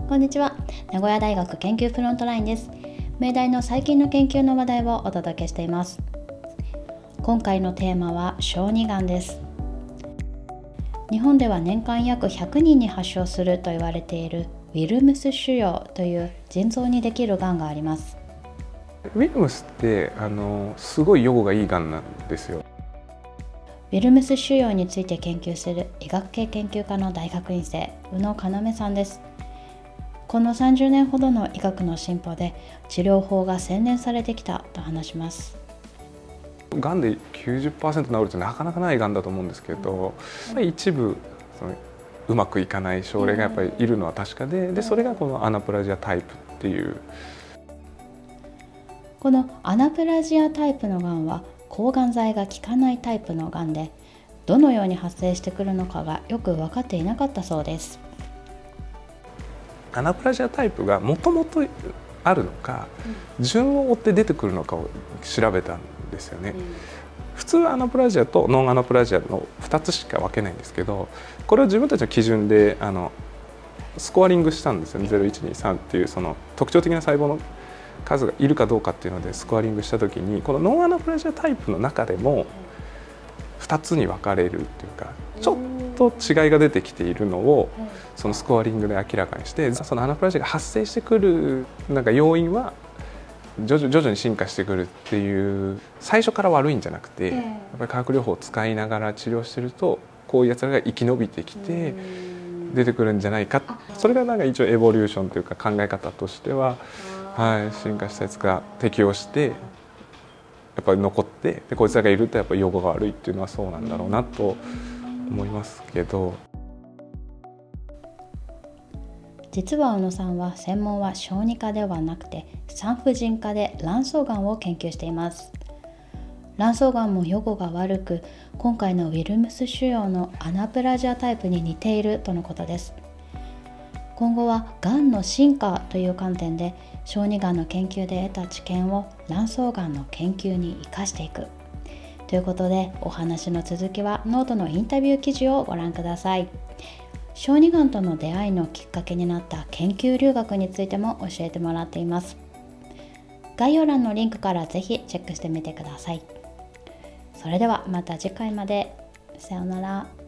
こんにちは。名古屋大学研究フロントラインです。明大の最近の研究の話題をお届けしています。今回のテーマは小児がんです。日本では年間約100人に発症すると言われているウィルムス腫瘍という腎臓にできるがんがあります。 ウィルムスってすごい予後がいいがんなんですよ。 ウィルムス腫瘍について研究する医学系研究科の大学院生宇野要さんです。この30年ほどの医学の進歩で治療法が洗練されてきたと話します。 がんで 90% 治るってなかなかないがんだと思うんですけど、やっぱり一部うまくいかない症例がやっぱりいるのは確かで、それがこのアナプラジアタイプっていう。 このアナプラジアタイプのがんは抗がん剤が効かないタイプのがんで、どのように発生してくるのかがよく分かっていなかったそうです。 アナプラジアタイプがもともとあるのか、順を追って出てくるのかを調べたんですよね。普通アナプラジアとノンアナプラジアの2つしか分けないんですけど、これを自分たちの基準でスコアリングしたんですよね。0123っていうその特徴的な細胞の数がいるかどうかっていうのでスコアリングした時に、このノンアナプラジアタイプの中でも2つに分かれるっていうか、ちょっと違いが出てきているのをそのスコアリングで明らかにして、そのアナプラジアが発生してくる要因は徐々に進化してくるっていう、最初から悪いんじゃなくて、やっぱり化学療法を使いながら治療してるとこういうやつらが生き延びてきて出てくるんじゃないか。それが一応エボリューションというか考え方としては、進化したやつが適応してやっぱり残って、でこいつらがいるとやっぱり予後が悪いっていうのはそうなんだろうなと思いますけど。 実は宇野さんは専門は小児科ではなくて産婦人科で卵巣がんを研究しています。卵巣がんも予後が悪く、今回のウィルムス腫瘍のアナプラジアタイプに似ているとのことです。今後はがんの進化という観点で小児がんの研究で得た知見を卵巣がんの研究に生かしていくということで、お話の続きはノートのインタビュー記事をご覧ください。小児がんとの出会いのきっかけになった研究留学についても教えてもらっています。概要欄のリンクからぜひチェックしてみてください。それではまた次回まで。さようなら。